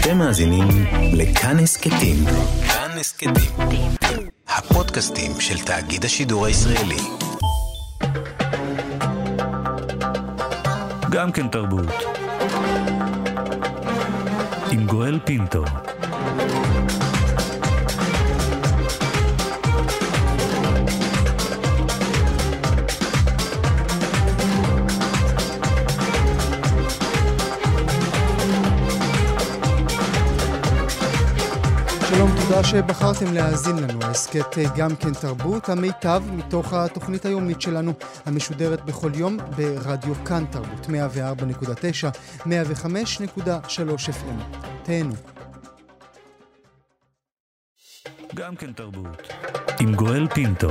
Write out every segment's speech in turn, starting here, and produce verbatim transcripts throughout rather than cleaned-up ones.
אתם מאזינים לכאן הסכתים. כאן הסכתים. הפודקאסטים של תאגיד השידור הישראלי. גם כן תרבות. עם גואל פינטו. שלום, תודה שבחרתם להאזין לנו. ההסכת גם כן תרבות, המיטב מתוך התוכנית היומית שלנו, המשודרת בכל יום ברדיו כאן תרבות, מאה וארבע נקודה תשע, מאה וחמש נקודה שלוש אף אם. תהנו. גם כן תרבות. עם גואל פינטו.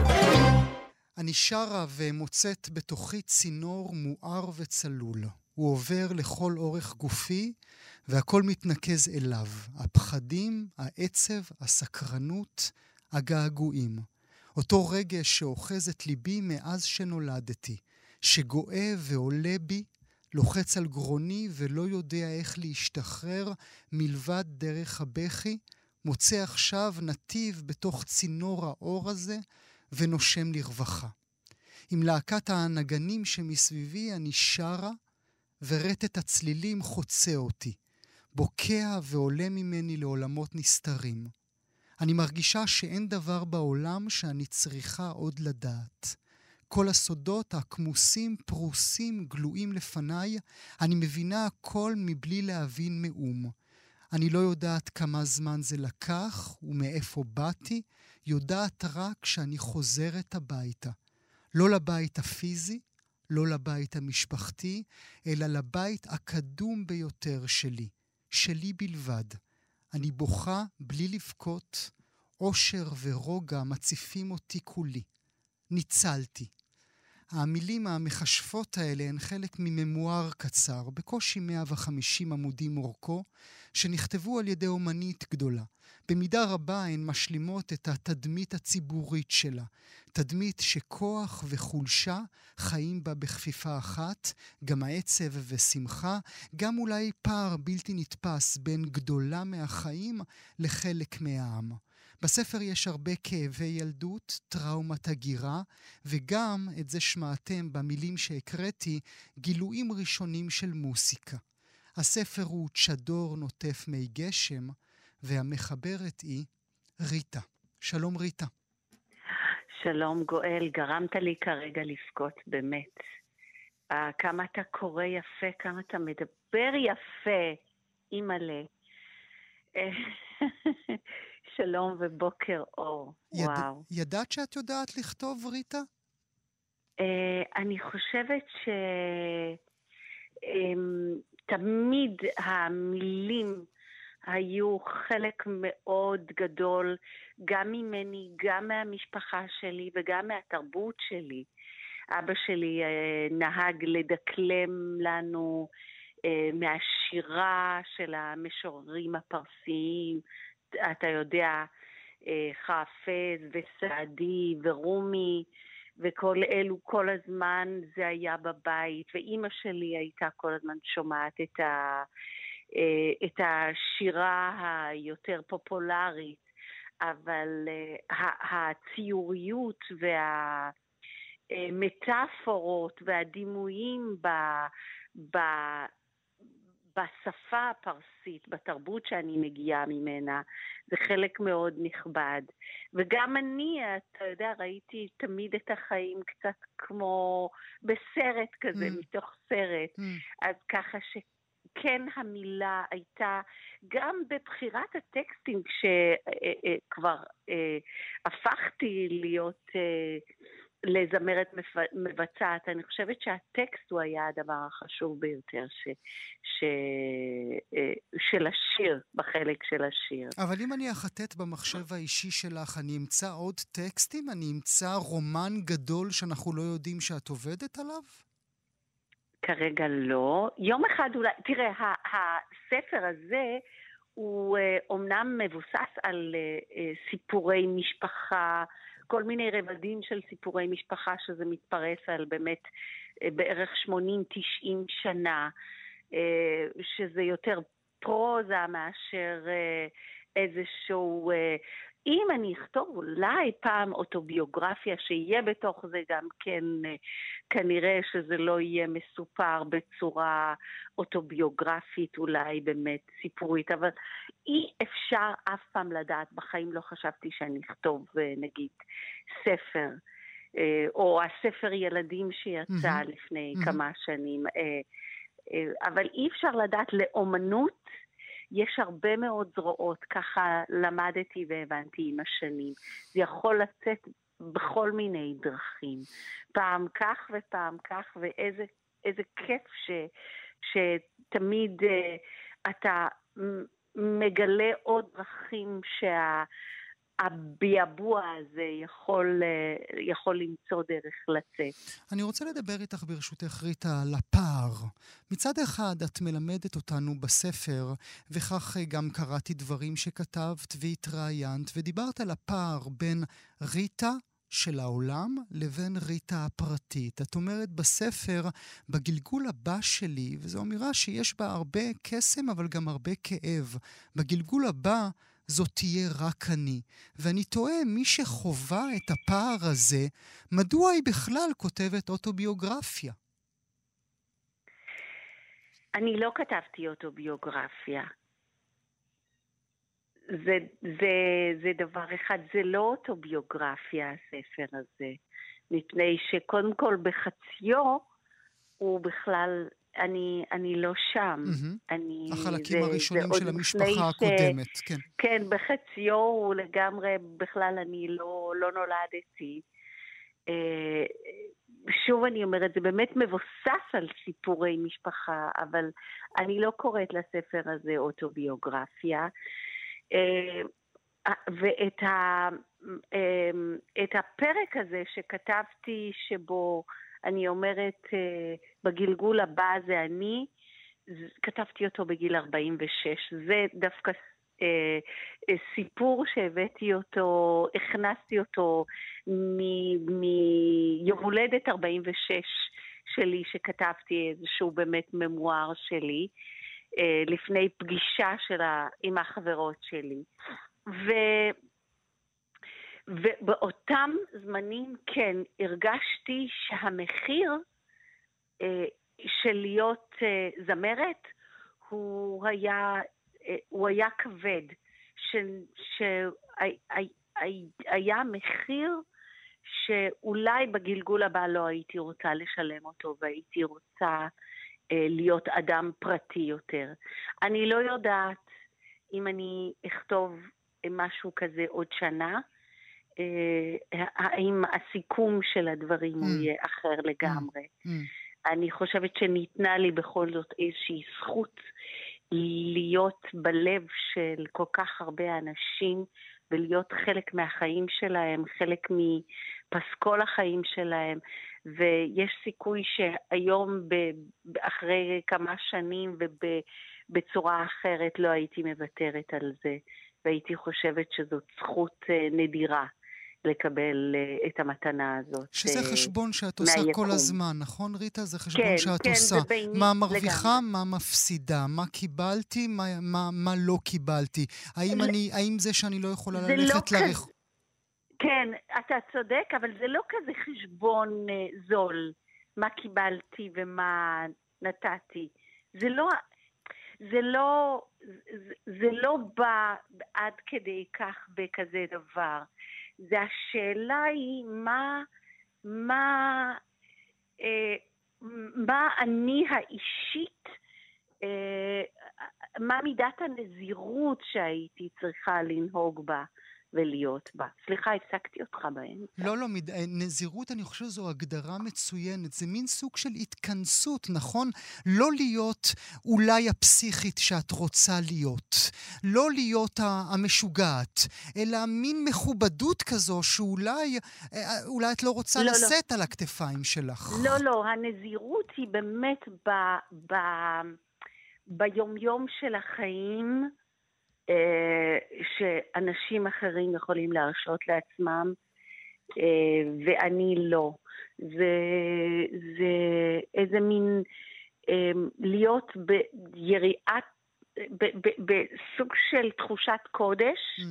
אני שרה ומוצאת בתוכי צינור מואר וצלול. הוא עובר לכל אורך גופי, והכל מתנקז אליו. הפחדים, העצב, הסקרנות, הגעגועים. אותו רגש שאוחז את ליבי מאז שנולדתי, שגואה ועולה בי, לוחץ על גרוני ולא יודע איך להשתחרר מלבד דרך הבכי, מוצא עכשיו נתיב בתוך צינור האור הזה ונושם לרווחה. עם להקת הנגנים שמסביבי אני שרה, ורטט הצלילים חוצה אותי, בוקע ועולה ממני לעולמות נסתרים. אני מרגישה שאין דבר בעולם שאני צריכה עוד לדעת. כל הסודות הכמוסים, פרוסים, גלויים לפניי, אני מבינה הכל מבלי להבין מאום. אני לא יודעת כמה זמן זה לקח ומאיפה באתי, יודעת רק שאני חוזרת הביתה. לא לבית הפיזי, לא לבית המשפחתי, אלא לבית הקדום ביותר שלי, שלי בלבד. אני בוכה בלי לבכות, אושר ורוגע מציפים אותי כולי. ניצלתי. המילים המחשפות האלה הן חלק מממואר קצר, בקושי מאה וחמישים עמודים אורכו, שנכתבו על ידי אומנית גדולה. במידה רבה הן משלימות את התדמית הציבורית שלה, תדמית שכוח וחולשה חיים בה בכפיפה אחת, גם העצב ושמחה, גם אולי פער בלתי נתפס בין גדולה מהחיים לחלק מהעם. בספר יש הרבה כאבי ילדות, טראומת הגירה, וגם, את זה שמעתם במילים שהקראתי, גילויים ראשונים של מוסיקה. הספר הוא צ'דור נוטף מי גשם, והמחברת היא ריטה. שלום ריטה. שלום גואל, גרמת לי כרגע לבכות באמת. Uh, כמה אתה קורא יפה, כמה אתה מדבר יפה, אימא'לה. שלום ובוקר אור. יד... וואו. ידעת שאת יודעת לכתוב ריטה? Uh, אני חושבת ש... Um, תמיד המילים היו חלק מאוד גדול, גם ממני, גם מהמשפחה שלי וגם מהתרבות שלי. אבא שלי אה, נהג לדקלם לנו אה, מהשירה של המשוררים הפרסיים, אתה יודע, אה, חאפז וסעדי ורומי, וכל אלו כל הזמן זה היה בבית, ואימא שלי הייתה כל הזמן שומעת את ה... את השירה היותר פופולרית, אבל הציוריות והמטאפורות והדימויים בשפה הפרסית, בתרבות שאני מגיעה ממנה, זה חלק מאוד נכבד. וגם אני, אתה יודע, ראיתי תמיד את החיים קצת כמו בסרט כזה, mm. מתוך סרט, mm. אז ככה ש... כן, המילה הייתה גם בבחירת הטקסטים, כשכבר הפכתי להיות לזמרת מבצעת. אני חושבת שהטקסט הוא היה הדבר החשוב ביותר ש, ש, של השיר, בחלק של השיר. אבל אם אני אחטט במחשב האישי שלך, אני אמצא עוד טקסטים? אני אמצא רומן גדול שאנחנו לא יודעים שאת עובדת עליו? כרגע לא. יום אחד אולי, תראה, הספר הזה הוא אומנם מבוסס על סיפורי משפחה, כל מיני רבדים של סיפורי משפחה שזה מתפרס על באמת בערך שמונים תשעים שנה, שזה יותר פרוזה מאשר אה, איזשהו... אה, אם אני אכתוב אולי פעם אוטוביוגרפיה שיהיה בתוך זה גם כן, אה, כנראה שזה לא יהיה מסופר בצורה אוטוביוגרפית, אולי באמת סיפורית, אבל אי אפשר אף פעם לדעת. בחיים לא חשבתי שאני אכתוב אה, נגיד ספר, אה, או הספר ילדים שיצא mm-hmm. לפני mm-hmm. כמה שנים, אה, אה, אבל אי אפשר לדעת. לאומנות יש הרבה מאוד זרועות, ככה למדתי והבנתי עם השנים. זה יכול לצאת בכל מיני דרכים, פעם כך ופעם כך, ואיזה איזה כיף ש, שתמיד uh, אתה מגלה עוד דרכים שה... הביאבוע הזה יכול, יכול למצוא דרך לצאת. אני רוצה לדבר איתך ברשותך ריטה על הפער. מצד אחד את מלמדת אותנו בספר, וכך גם קראתי דברים שכתבת והתראיינת, ודיברת על הפער בין ריטה של העולם לבין ריטה הפרטית. את אומרת בספר, בגלגול הבא שלי, וזו אמירה שיש בה הרבה קסם אבל גם הרבה כאב, בגלגול הבא זאת תהיה רק אני. ואני תוהה, מי שחובה את הפער הזה, מדוע היא בכלל כותבת אוטוביוגרפיה? אני לא כתבתי אוטוביוגרפיה. זה, זה, זה דבר אחד, זה לא אוטוביוגרפיה הספר הזה. מפני שקודם כל בחציו הוא בכלל... אני, אני לא שם. Mm-hmm. אני, החלקים זה, הראשונים זה של המשפחה הקודמת, ש... כן. כן, בחציו הוא לגמרי, בכלל אני לא, לא נולדתי. אה, שוב אני אומרת, זה באמת מבוסס על סיפורי משפחה, אבל אני לא קוראת לספר הזה אוטוביוגרפיה. אה, ואת ה, אה, את הפרק הזה שכתבתי שבו, אני אומרת, בגלגול הבא זה אני, כתבתי אותו בגיל ארבעים ושש. זה דווקא אה, סיפור שהבאתי אותו, הכנסתי אותו מיום הולדת ארבעים ושש שלי, שכתבתי איזשהו באמת ממואר שלי, אה, לפני פגישה שלה עם החברות שלי. ו... ובאותם זמנים, כן, הרגשתי שהמחיר אה, של להיות אה, זמרת הוא היה, אה, הוא היה כבד, שהיה מחיר שאולי בגלגול הבא לא הייתי רוצה לשלם אותו, והייתי רוצה אה, להיות אדם פרטי יותר. אני לא יודעת אם אני אכתוב משהו כזה עוד שנה, האם הסיכום של הדברים הוא יהיה אחר לגמרי. אני חושבת שניתנה לי בכל זאת איזושהי זכות להיות בלב של כל כך הרבה אנשים, ולהיות חלק מהחיים שלהם, חלק מפסקול החיים שלהם, ויש סיכוי שהיום אחרי כמה שנים ובצורה אחרת לא הייתי מוותרת על זה, והייתי חושבת שזאת זכות נדירה לקבל את המתנה הזאת. שזה חשבון שאת עושה כל הזמן, נכון ריטה? זה חשבון כן, שאת כן, עושה. וביני, מה מרוויחה, לגמרי. מה מפסידה, מה קיבלתי, מה, מה, מה לא קיבלתי. האם, ל... אני, האם זה שאני לא יכולה ללכת לא לרח... כזה, כן, אתה צודק, אבל זה לא כזה חשבון uh, זול, מה קיבלתי ומה נתתי. זה לא... זה לא, זה, זה לא בא עד כדי כך בכזה דבר. זה השאלה היא מה, מה, אה, מה אני האישית, אה, מה מידת הנזירות שהייתי צריכה לנהוג בה ולהיות בה. סליחה, הפסקתי אותך באמצע. לא, לא, מד... נזירות אני חושב זו הגדרה מצוינת. זה מין סוג של התכנסות, נכון? לא להיות אולי הפסיכית שאת רוצה להיות. לא להיות המשוגעת, אלא מין מכובדות כזו שאולי אולי את לא רוצה לא, לשאת לא. על הכתפיים שלך. לא, לא, הנזירות היא באמת ב... ב... ביומיום של החיים, שאנשים אחרים יכולים להרשות לעצמם, ואני לא. זה, זה איזה מין להיות ביריעת בסוג של תחושת קודש, mm.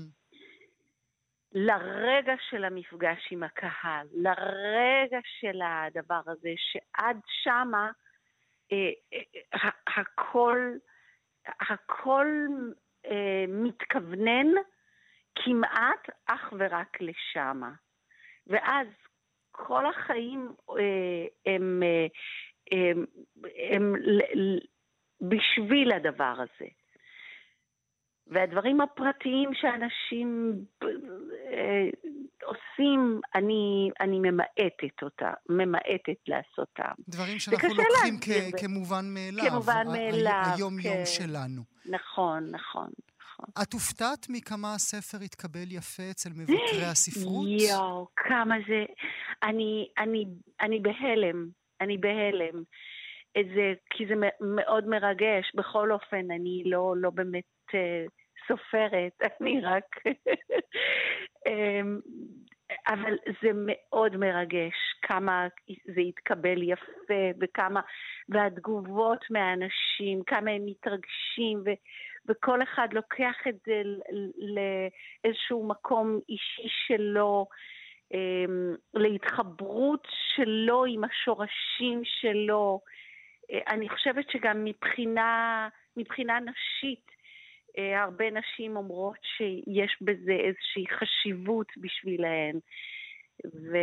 לרגע של המפגש עם הקהל, לרגע של הדבר הזה, שעד שמה אה, אה, הכל, הכל אה, מתכוונן כמעט אך ורק לשמה. ואז כל החיים אה, הם, אה, הם, הם ל, בשביל הדבר הזה. והדברים הפרטיים שאנשים אה, עושים, אני, אני ממעטת אותה, ממעטת לעשותם. דברים שאנחנו לוקחים כ- כמובן מאליו. כמובן מאליו, היום כן. יום שלנו. נכון, נכון. את הופתעת מכמה הספר התקבל יפה אצל מבקרי הספרות? יואו, כמה זה... אני, אני, אני בהלם, אני בהלם. זה, כי זה מאוד מרגש. בכל אופן, אני לא, לא באמת uh, סופרת, אני רק... um, אבל זה מאוד מרגש, כמה זה התקבל יפה, וכמה... והתגובות מהאנשים, כמה הם מתרגשים, ו... וכל אחד לוקח את זה לאיזשהו מקום אישי שלו, להתחברות שלו עם השורשים שלו. אני חושבת שגם מבחינה, מבחינה נשית, הרבה נשים אומרות שיש בזה איזושהי חשיבות בשבילהן. ו...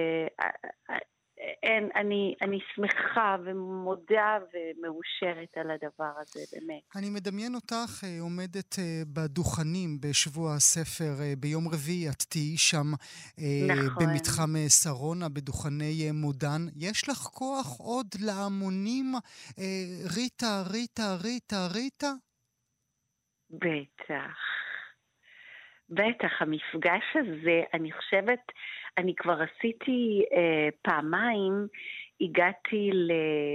אין, אני, אני שמחה ומודה ומאושרת על הדבר הזה, באמת. אני מדמיין אותך עומדת בדוכנים בשבוע הספר ביום רביעי, את תהיי שם נכון. במתחם שרונה, בדוכני מודן. יש לך כוח עוד להמונים ריטה, ריטה, ריטה, ריטה? בטח. בטח, המפגש הזה, אני חושבת, אני כבר עשיתי אה, פעמיים, הגעתי ל,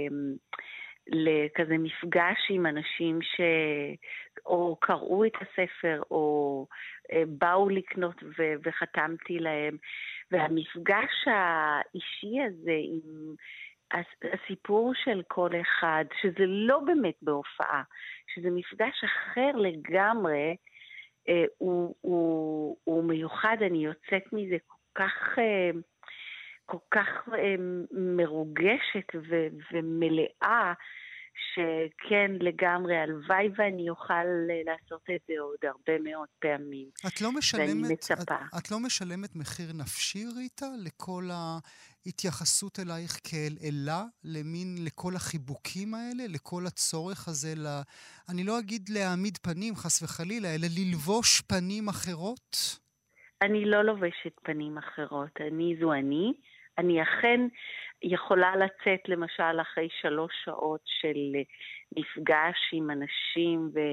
לכזה מפגש עם אנשים שאו קראו את הספר, או אה, באו לקנות ו, וחתמתי להם, והמפגש האישי הזה עם הסיפור של כל אחד, שזה לא באמת בהופעה, שזה מפגש אחר לגמרי, Uh, הוא, הוא, הוא מיוחד, אני יוצאת מזה כל כך, uh, כל כך uh, מרוגשת ו, ומלאה, שכן לגמרי, הלוואי ואני אוכל לעשות את זה עוד הרבה מאוד פעמים. את לא משלמת, את, את לא משלמת מחיר נפשי, ריטה, לכל ההתייחסות אלייך כאל אלה, למין, לכל החיבוקים האלה, לכל הצורך הזה, ל... אני לא אגיד להעמיד פנים, חס וחלילה, אלא ללבוש פנים אחרות? אני לא לובשת פנים אחרות, אני זו אני, אני אכן יכולה לצאת למשל אחרי שלוש שעות של מפגש עם אנשים ו...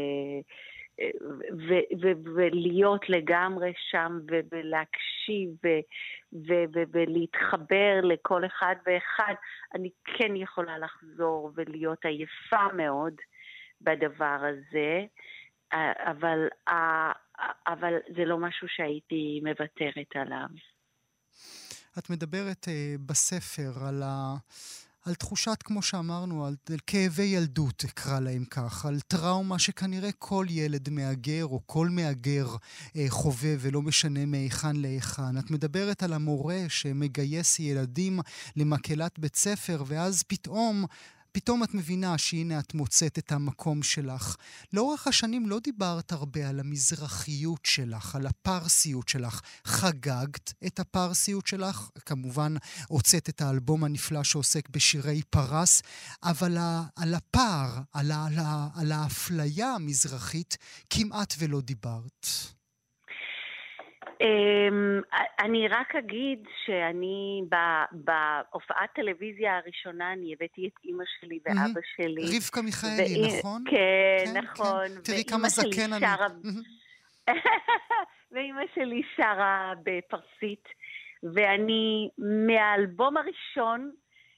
ו- ו- ולהיות לגמרי שם ו- ולהקשיב ו- ו- ו- ולהתחבר לכל אחד ואחד. אני כן יכולה לחזור ולהיות עייפה מאוד בדבר הזה, אבל, אבל זה לא משהו שהייתי מוותרת עליו. את מדברת uh, בספר על ה... על תחושת, כמו שאמרנו, על, על כאבי ילדות, אקרא להם כך, על טראומה שכנראה כל ילד מאגר או כל מאגר אה, חווה ולא משנה מהיכן להיכן. את מדברת על המורה שמגייס ילדים למקהלת בית ספר, ואז פתאום... פתאום את מבינה שהנה את מוצאת את המקום שלך. לאורך השנים לא דיברת הרבה על המזרחיות שלך, על הפרסיות שלך. חגגת את הפרסיות שלך, כמובן הוצאת את האלבום הנפלא שעוסק בשירי פרס, אבל על הפער, על, על, על האפליה המזרחית, כמעט ולא דיברת. אני רק אגיד שאני בהופעת טלוויזיה הראשונה אני הבאתי את אמא שלי ואבא שלי. רבקה מיכאלי, נכון? כן, נכון. תראי כמה זקן אני. ואמא שלי שרה בפרסית, ואני מהאלבום הראשון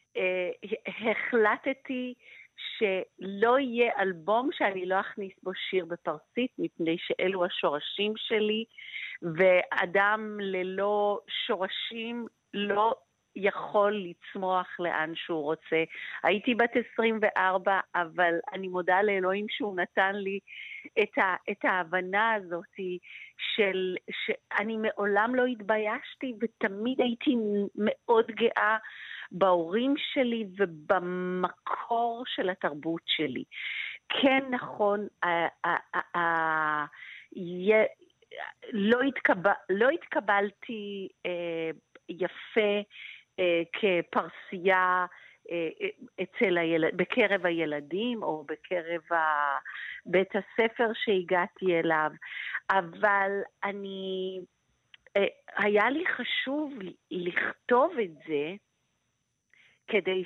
החלטתי שלא יהיה אלבום שאני לא אכניס בו שיר בפרסית, מפני שאלו השורשים שלי, ואדם ללא שורשים לא יכול לצמוח לאן שהוא רוצה. הייתי בת עשרים וארבע, אבל אני מודה לאלוהים שהוא נתן לי את, ה, את ההבנה הזאת של שאני מעולם לא התביישתי, ותמיד הייתי מאוד גאה בהורים שלי ובמקור של התרבות שלי. כן, נכון, ה- ה- ה- ה- י- לא, התקבל, לא התקבלתי אה, יפה אה, כפרסייה אה, אצל הילד, בקרב הילדים או בקרב ה, בית הספר שהגעתי אליו, אבל אני, אה, היה לי חשוב לכתוב את זה כדי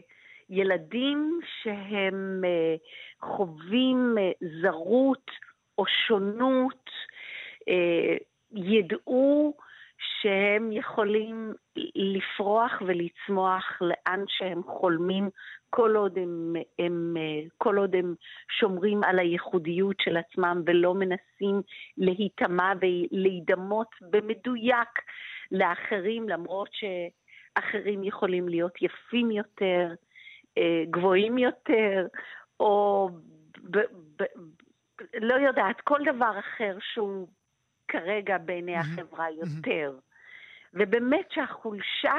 שילדים שהם אה, חווים אה, זרות או שונות, אה, ידעו שהם יכולים לפרוח ולצמוח לאן שהם חולמים, כל עוד הם, הם, כל עוד הם שומרים על הייחודיות של עצמם ולא מנסים להיטמע ולהידמות במדויק לאחרים, למרות שאחרים יכולים להיות יפים יותר, גבוהים יותר, או ב, ב, לא יודעת, כל דבר אחר שהוא כרגע בעיני החברה יותר. ובאמת שהחולשה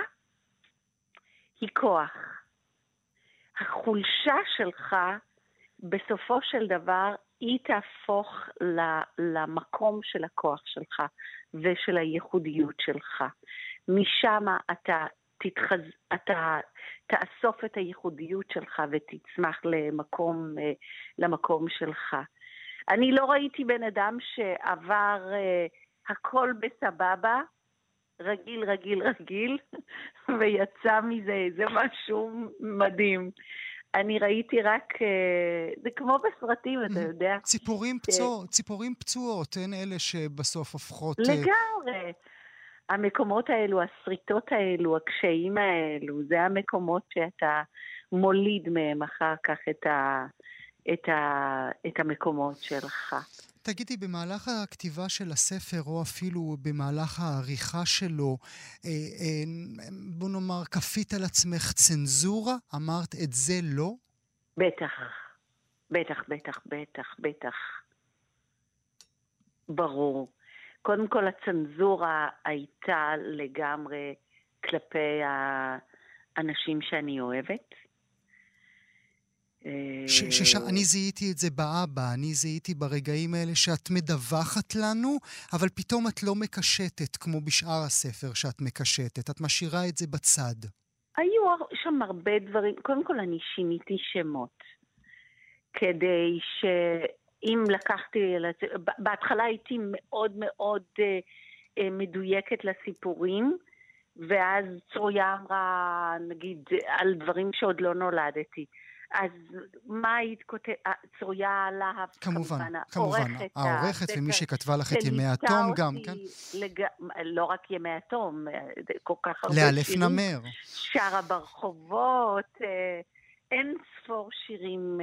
היא כוח. החולשה שלך, בסופו של דבר, היא תהפוך למקום של הכוח שלך ושל הייחודיות שלך. משם אתה תתחז... אתה תאסוף את הייחודיות שלך ותצמח למקום, למקום שלך. אני לא ראיתי בן אדם שעבר uh, הכל בסבבה, רגיל, רגיל, רגיל, ויצא מזה איזה משהו מדהים. אני ראיתי רק, uh, זה כמו בסרטים, אתה יודע. ציפורים, פצוע, ציפורים פצועות, הן אלה שבסוף הופכות... לגמרי. המקומות האלו, הסריטות האלו, הקשיים האלו, זה המקומות שאתה מוליד מהם אחר כך את ה... את, ה, את המקומות שלך. תגידי, במהלך הכתיבה של הספר, או אפילו במהלך העריכה שלו, אה, אה, בוא נאמר, כפית על עצמך צנזורה? אמרת את זה לא? בטח, בטח, בטח, בטח, בטח. ברור. קודם כל, הצנזורה הייתה לגמרי כלפי האנשים שאני אוהבת. שאני זיהיתי את זה באבא, אני זיהיתי ברגעים האלה שאת מדווחת לנו, אבל פתאום את לא מקשטת כמו בשאר הספר שאת מקשטת, את משאירה את זה בצד. היו שם הרבה דברים, קודם כל אני שיניתי שמות, כדי שאם לקחתי, בהתחלה הייתי מאוד מאוד מדויקת לסיפורים, ואז צרויה אמרה, נגיד, על דברים שעוד לא נולדתי. אז מה היית כותבת? צרויה להב, כמובן, כמובן, העורכת ומי שכתבה לך את ימי התום גם, כן? לא רק ימי התום, כל כך הרבה לאלף שירים. נמר. שרה ברחובות, אין ספור שירים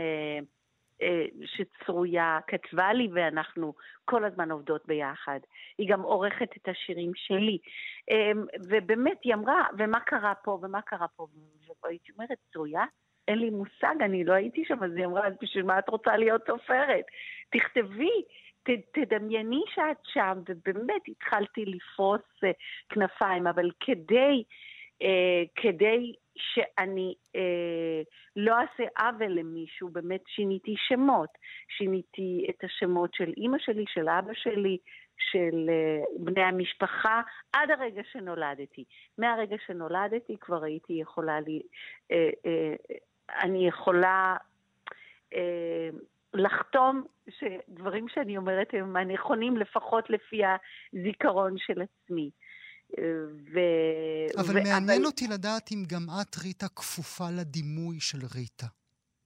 שצרויה כתבה לי, ואנחנו כל הזמן עובדות ביחד. היא גם עורכת את השירים שלי. ובאמת היא אמרה, ומה קרה פה, ומה קרה פה, והייתי אומרת, צרויה? אין לי מושג, אני לא הייתי שם, אז היא אמרה, אז בשביל מה את רוצה להיות סופרת? תכתבי, ת, תדמייני שאת שם, ובאמת התחלתי לפרוס uh, כנפיים, אבל כדי, uh, כדי שאני uh, לא אעשה עוול למישהו, באמת שיניתי שמות, שיניתי את השמות של אמא שלי, של אבא שלי, של uh, בני המשפחה, עד הרגע שנולדתי. מהרגע שנולדתי כבר הייתי יכולה לי... Uh, uh, אני יכולה אה, לחתום שדברים שאני אומרת הם הנכונים לפחות לפי הזיכרון של עצמי. ו... אבל ו... מעניין אבל... אותי לדעת אם גם את, ריטה, כפופה לדימוי של ריטה.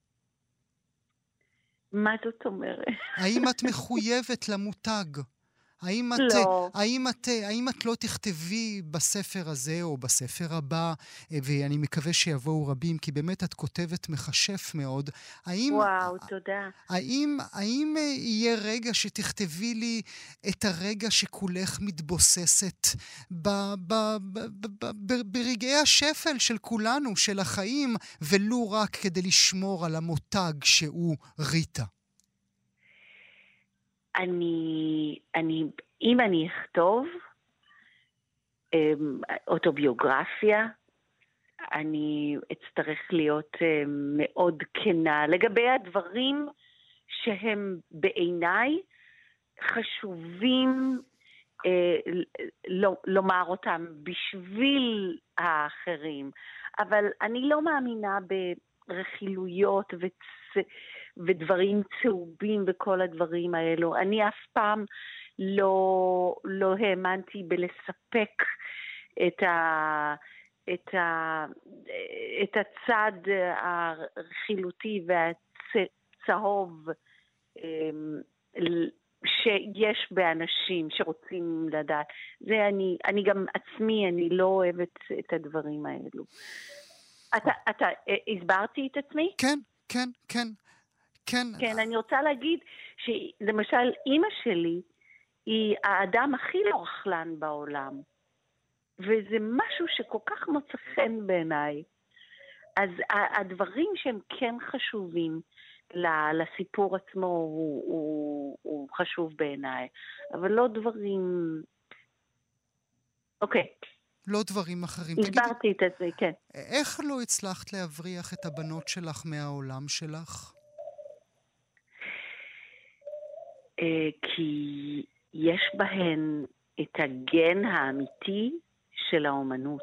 מה זאת אומרת? האם את מחויבת למותג? האם את, לא. האם את, האם את לא תכתבי בספר הזה או בספר הבא, ואני מקווה שיבואו רבים, כי באמת את כותבת מחשף מאוד. האם, וואו, תודה. האם, האם יהיה רגע שתכתבי לי את הרגע שכולך מתבוססת ב, ב, ב, ב, ב, ב, ברגעי השפל של כולנו, של החיים, ולו רק כדי לשמור על המותג שהוא ריטה? אני, אני, אם אני אכתוב אוטוביוגרפיה, אני אצטרך להיות מאוד כנה לגבי הדברים שהם בעיניי חשובים לומר אותם בשביל האחרים. אבל אני לא מאמינה ברכילויות וצ... ודברים צהובים וכל הדברים האלו. אני אף פעם לא, לא האמנתי בלספק את, ה, את, ה, את הצד הרכילותי והצהוב שיש באנשים שרוצים לדעת. זה אני, אני גם עצמי, אני לא אוהבת את הדברים האלו. אתה, אתה, הסברתי את עצמי? כן, כן, כן. כן. כן, אני רוצה להגיד שלמשל, אמא שלי היא האדם הכי לא רכלן בעולם. וזה משהו שכל כך מוצא חן בעיניי. אז הדברים שהם כן חשובים לסיפור עצמו הוא, הוא, הוא חשוב בעיניי. אבל לא דברים... אוקיי. לא דברים אחרים. הסברתי את זה, כן. איך לא הצלחת להבריח את הבנות שלך מהעולם שלך? כי יש בהן את הגן האמיתי של האומנות.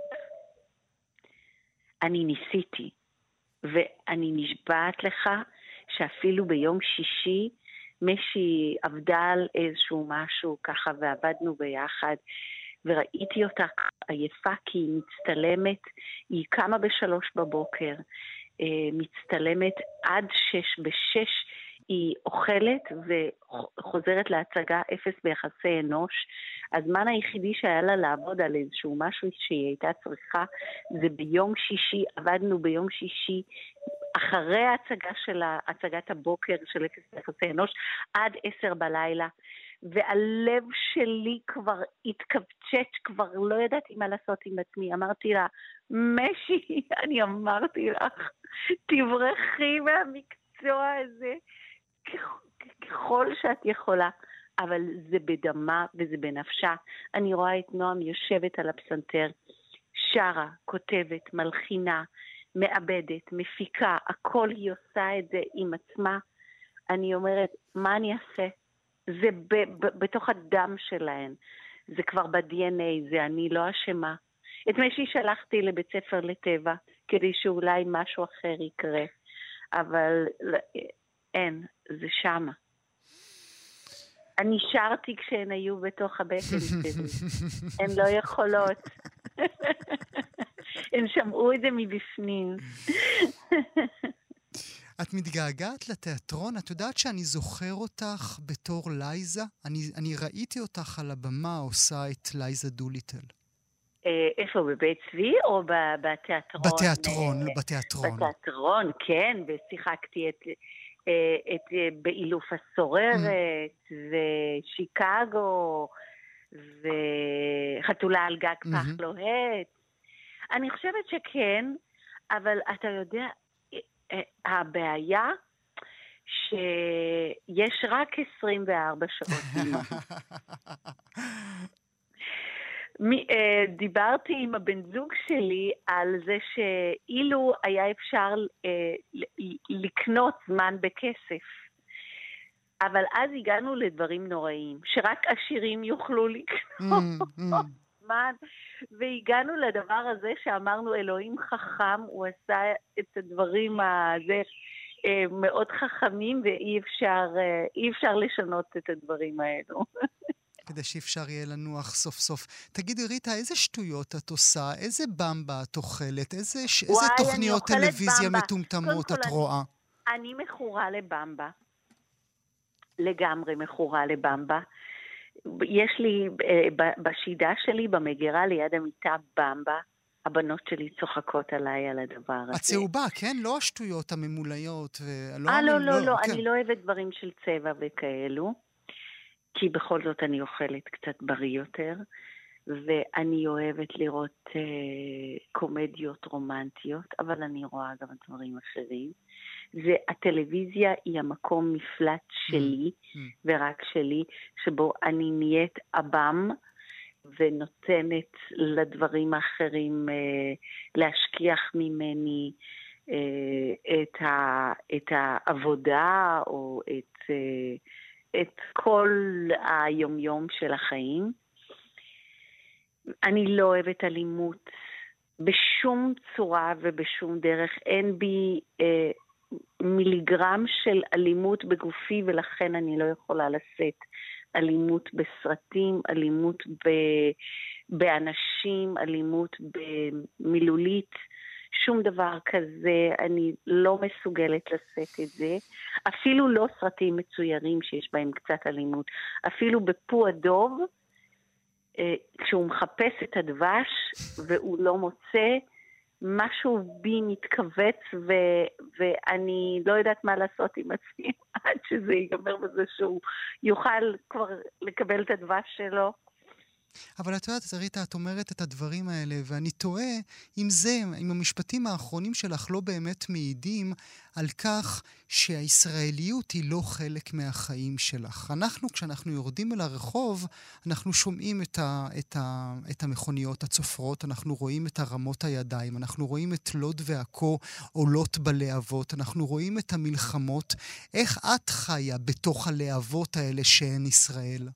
אני ניסיתי, ואני נשבעת לך שאפילו ביום שישי, משי עבדה על איזשהו משהו ככה, ועבדנו ביחד, וראיתי אותה עייפה כי היא מצטלמת, היא קמה בשלוש בבוקר, מצטלמת עד שש, בשש היא אוכלת וחוזרת להצגה אפס ביחסי אנוש. הזמן היחידי שהיה לה לעבוד על איזשהו משהו שהיא הייתה צריכה, זה ביום שישי, עבדנו ביום שישי, אחרי ההצגה של הצגת הבוקר של אפס ביחסי אנוש, עד עשר בלילה, והלב שלי כבר התכווצ'ץ', כבר לא ידעתי מה לעשות עם עצמי. אמרתי לה, משי, אני אמרתי לך, תברחי מהמקצוע הזה, ככל שאת יכולה, אבל זה בדמה וזה בנפשה. אני רואה את נועם יושבת על הפסנתר, שרה, כותבת, מלחינה, מאבדת, מפיקה, הכל היא עושה את זה עם עצמה. אני אומרת, מה אני אעשה? זה ב- ב- בתוך הדם שלהן, זה כבר ב-די אן איי, זה אני לא אשמה. את מה ששלחתי לבית ספר לטבע, כדי שאולי משהו אחר יקרה, אבל אין, זה שמה. אני שרתי כשהן היו בתוך הבטן שלי, הן לא יכולות. הן שמעו את זה מבפנים. את מתגעגעת לתיאטרון? את יודעת שאני זוכר אותך בתור לייזה? אני, אני ראיתי אותך על הבמה עושה את לייזה דוליטל. איפה, בבית צבי או בתיאטרון? בתיאטרון, בתיאטרון. בתיאטרון, כן, ושיחקתי את, את באילוף הסוררת, ושיקגו, וחתולה על גג פח לוהט. אני חושבת שכן, אבל אתה יודע, הבעיה שיש רק עשרים וארבע שעות. דיברתי עם הבן זוג שלי על זה שאילו היה אפשר לקנות זמן בכסף. אבל אז הגענו לדברים נוראים, שרק עשירים יוכלו לקנות זמן, והגענו לדבר הזה שאמרנו אלוהים חכם, הוא עשה את הדברים הזה מאוד חכמים, ואי אפשר, אי אפשר לשנות את הדברים האלו. כדי שאפשר יהיה לנוח סוף סוף. תגידי ריטה, איזה שטויות את עושה? איזה במבה את אוכלת? איזה, וואי, איזה תוכניות טלוויזיה במבה. מטומטמות את רואה? אני מכורה לבמבה. לגמרי מכורה לבמבה. יש לי, בשידה שלי, במגירה ליד המיטה במבה, הבנות שלי צוחקות עליי על הדבר הזה. הצהובה, כן? לא השטויות הממוליות. אה, לא, לא, לא, אני לא אוהבת דברים של צבע וכאלו, כי בכל זאת אני אוכלת קצת בריא יותר, ואני אוהבת לראות אה, קומדיות רומנטיות, אבל אני רואה גם דברים אחרים. והטלוויזיה היא המקום מפלט שלי, mm, mm. ורק שלי, שבו אני נהיית אבם, ונותנת לדברים האחרים אה, להשכיח ממני אה, את, ה, את העבודה, או את, אה, את כל היומיום של החיים. אני לא אוהבת אלימות בשום צורה ובשום דרך. אין בי אה, מיליגרם של אלימות בגופי, ולכן אני לא יכולה לשאת אלימות בסרטים, אלימות ב, באנשים, אלימות במילולית, שום דבר כזה. אני לא מסוגלת לשאת את זה. אפילו לא סרטים מצוירים שיש בהם קצת אלימות. אפילו בפו הדוב, כשהוא מחפש את הדבש והוא לא מוצא, משהו בי מתכווץ, ו- ואני לא יודעת מה לעשות עם עצמי עד שזה ייגמר בזה שהוא יוכל כבר לקבל את הדבש שלו. אבל את יודעת, ריטה, את אומרת את הדברים האלה, ואני תוהה אם זה, אם המשפטים האחרונים שלך לא באמת מעידים על כך שהישראליות היא לא חלק מהחיים שלך. אנחנו, כשאנחנו יורדים אל הרחוב, אנחנו שומעים את, ה, את, ה, את המכוניות הצופרות, אנחנו רואים את הרמות הידיים, אנחנו רואים את לוד ועכו עולות בלהבות, אנחנו רואים את המלחמות. איך את חיה בתוך הלהבות האלה שהן ישראל?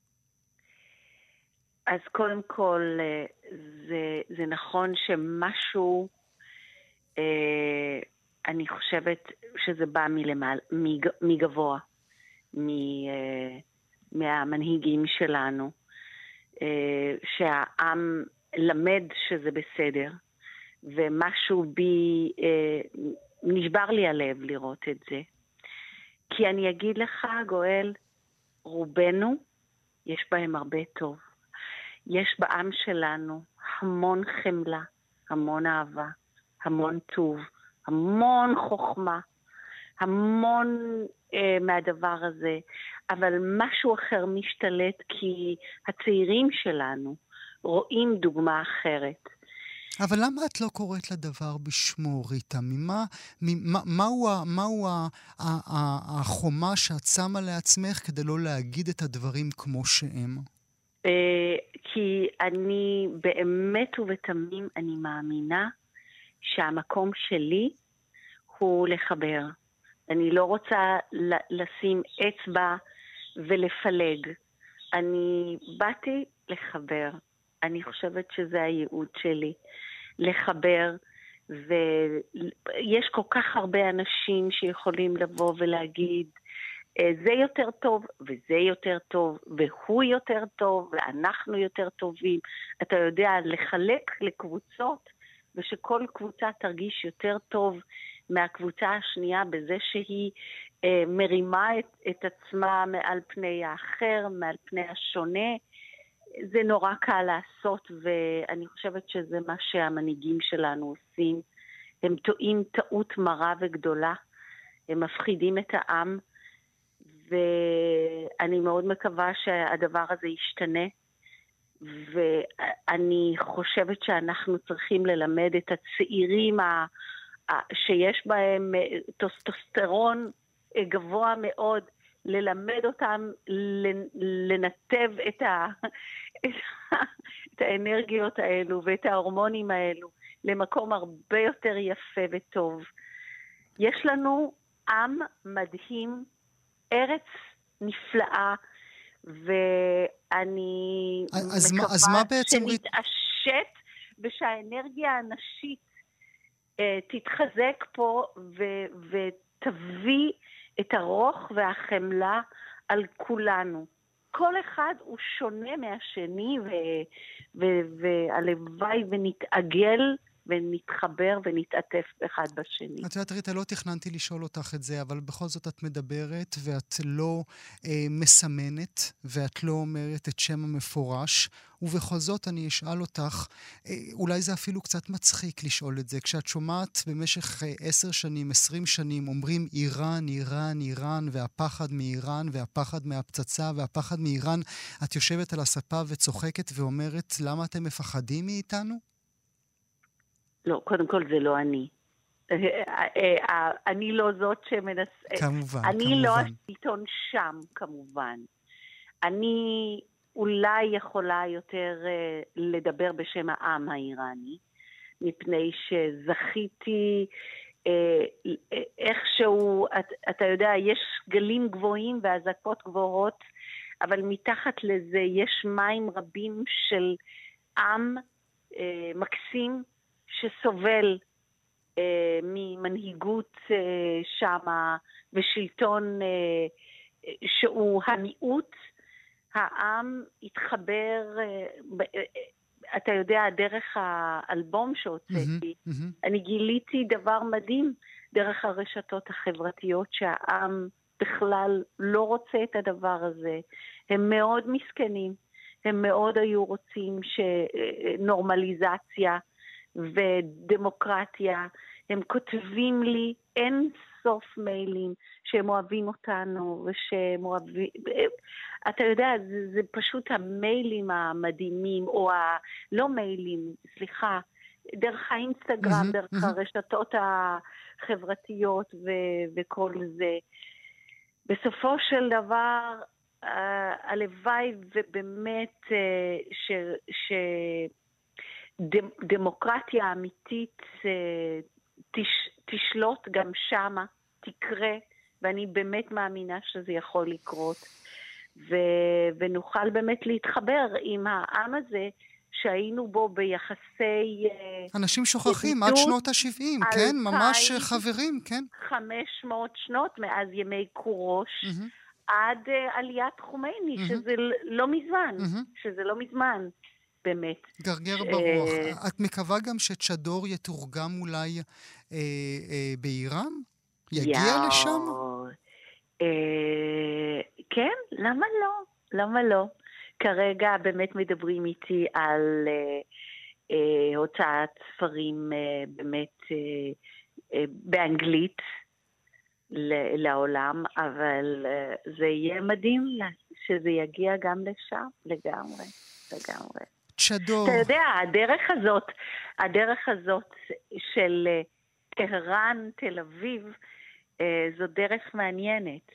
אז קודם כל, זה, זה נכון שמשהו, אה, אני חושבת שזה בא מלמעלה, מג, מגבוה, מ, אה, מהמנהיגים שלנו, אה, שהעם למד שזה בסדר, ומשהו בי, אה, נשבר לי הלב לראות את זה. כי אני אגיד לך, גואל, רובנו, יש בהם הרבה טוב. יש בעם שלנו המון חמלה, המון אהבה, המון טוב, המון חוכמה, המון אה, מהדבר הזה, אבל משהו אחר משתלט כי הצעירים שלנו רואים דוגמה אחרת. אבל למה את לא קוראת לדבר בשמו, ריטה? ממה, ממה, מהו, מהו החומה שאת שמה לעצמך כדי לא להגיד את הדברים כמו שהם? כי אני באמת ובתמים אני מאמינה שהמקום שלי הוא לחבר. אני לא רוצה לשים אצבע ולפלג. אני באתי לחבר. אני חושבת שזה הייעוד שלי, לחבר. ויש כל כך הרבה אנשים שיכולים לבוא ולהגיד, זה יותר טוב, וזה יותר טוב, והוא יותר טוב, ואנחנו יותר טובים. אתה יודע, לחלק לקבוצות, ושכל קבוצה תרגיש יותר טוב מהקבוצה השנייה, בזה שהיא אה, מרימה את, את עצמה מעל פני האחר, מעל פני השונה. זה נורא קל לעשות, ואני חושבת שזה מה שהמנהיגים שלנו עושים. הם טועים טעות מרה וגדולה, הם מפחידים את העם, ואני מאוד מקווה שהדבר הזה ישתנה, ואני חושבת שאנחנו צריכים ללמד את הצעירים ה... שיש בהם טוסטוסטרון גבוה מאוד, ללמד אותם לנתב את, ה... את האנרגיות האלו ואת ההורמונים האלו למקום הרבה יותר יפה וטוב. יש לנו עם מדהים, ארץ נפלאה, ואני אז מקווה מה, אז מה בעצם שנתעשת ושהאנרגיה הנשית אה, תתחזק פה ו- ותביא את הרוח והחמלה על כולנו. כל אחד הוא שונה מהשני, ו- ו- והלוואי ונתעגל ונתחבר ונתעטף אחד בשני. את יודעת, ריטה, לא תכננתי לשאול אותך את זה, אבל בכל זאת את מדברת ואת לא אה, מסמנת, ואת לא אומרת את שם המפורש, ובכל זאת אני אשאל אותך, אה, אולי זה אפילו קצת מצחיק לשאול את זה, כשאת שומעת במשך אה, עשר שנים, עשרים שנים, אומרים איראן, איראן, איראן, והפחד מאיראן, והפחד מהפצצה, והפחד מאיראן, את יושבת על הספה וצוחקת ואומרת, למה אתם מפחדים מאיתנו? לא, קודם כל זה לא אני. אני לא זאת שמנס... כמובן, אני כמובן. לא השלטון שם, כמובן. אני אולי יכולה יותר לדבר בשם העם האיראני, מפני שזכיתי איכשהו, אתה יודע, יש גלים גבוהים והזעקות גבוהות, אבל מתחת לזה יש מים רבים של עם מקסים, שסובל אה, ממנהיגות אה, שמה ושלטון אה, שהוא המיעוט. העם התחבר, אה, אה, אתה יודע, דרך האלבום שהוצאתי, mm-hmm, mm-hmm. אני גיליתי דבר מדהים דרך הרשתות החברתיות, שהעם בכלל לא רוצה את הדבר הזה. הם מאוד מסכנים, הם מאוד היו רוצים שנורמליזציה, ודמוקרטיה. הם כותבים לי אין סוף מיילים שהם אוהבים אותנו ושהם אוהבים, אתה יודע, זה, זה פשוט המיילים המדהימים, או ה... לא מיילים, סליחה, דרך האינסטגרם, דרך הרשתות החברתיות ו- וכל זה. בסופו של דבר, הלוואי ובאמת ש... ש... דמוקרטיה אמיתית תש, תשלוט גם שמה, תקרה, ואני באמת מאמינה שזה יכול לקרות, ו, ונוכל באמת להתחבר עם העם הזה שהיינו בו ביחסי... אנשים שוכחים, עד שנות ה-שבעים, כן? ממש חברים, כן? חמש מאות שנות מאז ימי קורוש, mm-hmm. עד עליית חומייני, mm-hmm. שזה לא מזמן, mm-hmm. שזה לא מזמן. באמת. גרגר ברוח. את מקווה גם שצ'דור יתורגם אולי אה, אה, באיראן? יגיע יאו. לשם? אה, כן, למה לא? למה לא? כרגע באמת מדברים איתי על אה, אה, הוצאת ספרים אה, באמת אה, אה, באנגלית ל- לעולם, אבל אה, זה יהיה מדהים שזה יגיע גם לשם, לגמרי, לגמרי. צ'דור. אתה יודע, הדרך הזאת, הדרך הזאת של טהרן, תל אביב, זו דרך מעניינת.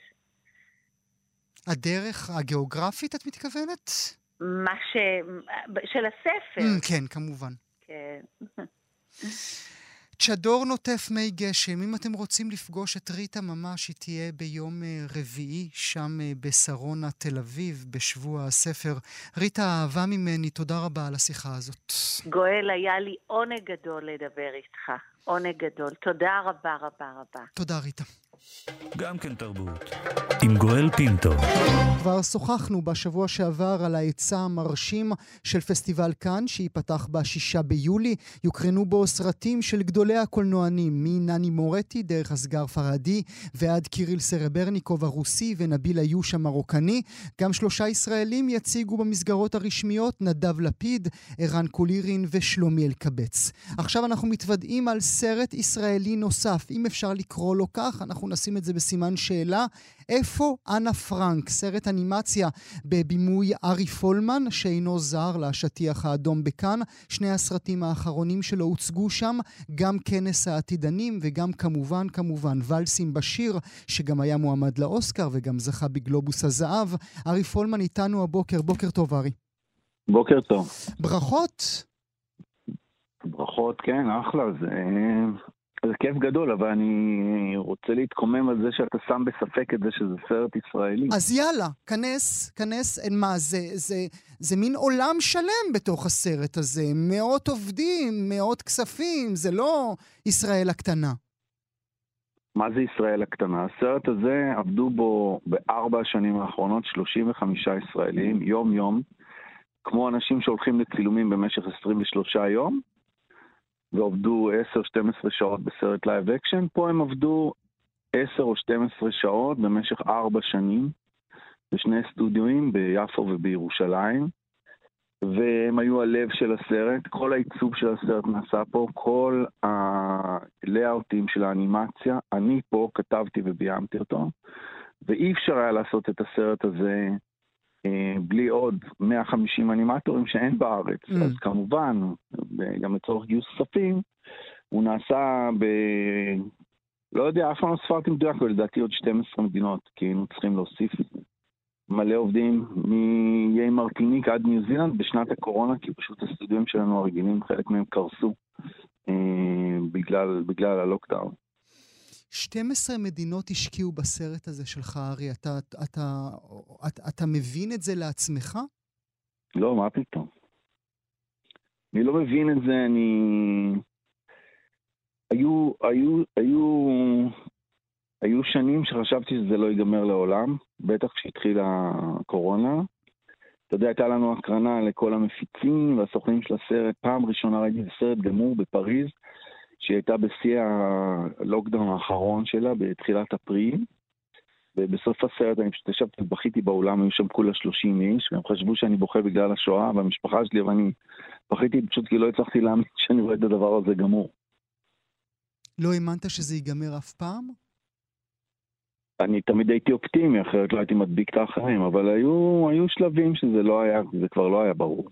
הדרך הגיאוגרפית, את מתכוונת? מה ש... של הספר. Mm, כן, כמובן. כן. צ'דור נוטף מי גשם. אם אתם רוצים לפגוש את ריטה ממש, היא תהיה ביום רביעי, שם בשרונה, תל אביב, בשבוע הספר. ריטה, אהבה ממני, תודה רבה על השיחה הזאת. גואל, היה לי עונג גדול לדבר איתך. עונג גדול. תודה רבה רבה רבה. תודה, ריטה. גם כן תרבות. עם גואל פינטו. כבר שוחחנו בשבוע שעבר על ההיצע המרשים של פסטיבל כאן, שיפתח בשישה ביולי. יוקרנו בו סרטים של גדולי הקולנוענים, מנני מורטי דרך הסגר פרדי, ועד קיריל סרברניקוב הרוסי ונביל איוש המרוקני. גם שלושה ישראלים יציגו במסגרות הרשמיות, נדב לפיד, ערן קולירין ושלומי אלקבץ. עכשיו אנחנו מתוודעים על סרט ישראלי נוסף, אם אפשר לקרוא לו כך, אנחנו נשים את זה בסימן שאלה. איפה אנה פרנק? סרט אנימציה בבימוי ארי פולמן, שאינו זר לשטיח האדום בכאן. שני הסרטים האחרונים שלו הוצגו שם, גם כנס העתידנים וגם כמובן כמובן ולסים בשיר, שגם היה מועמד לאוסקר וגם זכה בגלובוס הזהב. ארי פולמן איתנו הבוקר. בוקר טוב, ארי. בוקר טוב. ברכות. ברכות, כן, אחלה. זה... זה כיף גדול, אבל אני רוצה להתקומם על זה שאתה שם בספק את זה שזה סרט ישראלי. אז יאללה, כנס, כנס, אין מה, זה, זה, זה מין עולם שלם בתוך הסרט הזה. מאות עובדים, מאות כספים, זה לא ישראל הקטנה. מה זה ישראל הקטנה? הסרט הזה עבדו בו בארבע השנים האחרונות שלושים וחמישה ישראלים, יום יום, כמו אנשים שהולכים לצילומים במשך עשרים ושלושה יום, ועובדו עשר שתים עשרה שעות בסרט לייב אקשן. פה הם עבדו עשר או שתים עשרה שעות במשך ארבע שנים, בשני סטודיואים ביפו ובירושלים, והם היו הלב של הסרט. כל העיצוב של הסרט נעשה פה, כל הלאוטים של האנימציה, אני פה כתבתי וביימתי אותו, ואי אפשר היה לעשות את הסרט הזה אה, בלי עוד מאה וחמישים אנימטורים שאין בארץ. Mm. אז כמובן, גם לצורך גיוס כספים, הוא נעשה ב... לא יודע, אף פעם לא ספרתי מדויק, אבל לדעתי עוד שתים עשרה מדינות, כי היינו צריכים להוסיף מלא עובדים מאיי מרטיניק עד ניו זילנד בשנת הקורונה, כי פשוט הסטודיואים שלנו הרגילים, חלק מהם קרסו אה, בגלל, בגלל הלוקדאון. שתים עשרה מדינות השקיעו בסרט הזה שלך, ארי. אתה, אתה, אתה, אתה מבין את זה לעצמך? לא, מה פתאום? אני לא מבין את זה, אני... היו, היו, היו, היו שנים שחשבתי שזה לא ייגמר לעולם, בטח כשהתחילה הקורונה. אתה יודע, הייתה לנו הקרנה לכל המפיצים והסוכנים של הסרט. פעם ראשונה ראיתי סרט גמור בפריז, שהייתה בשיא הלוקדאון האחרון שלה, בתחילת אפריל, ובסוף הסרט אני פשוט ישבתי ובכיתי באולם, היו שם כולה שלושים איש, והם חשבו שאני בוכה בגלל השואה, והמשפחה שלי, ואני בכיתי פשוט כי לא הצלחתי להאמין שאני רואה את הדבר הזה גמור. לא האמנת שזה ייגמר אף פעם? אני תמיד הייתי אופטימי, אחרת לא הייתי מדביק את האחרים, אבל היו, היו שלבים שזה לא היה, זה כבר לא היה ברור.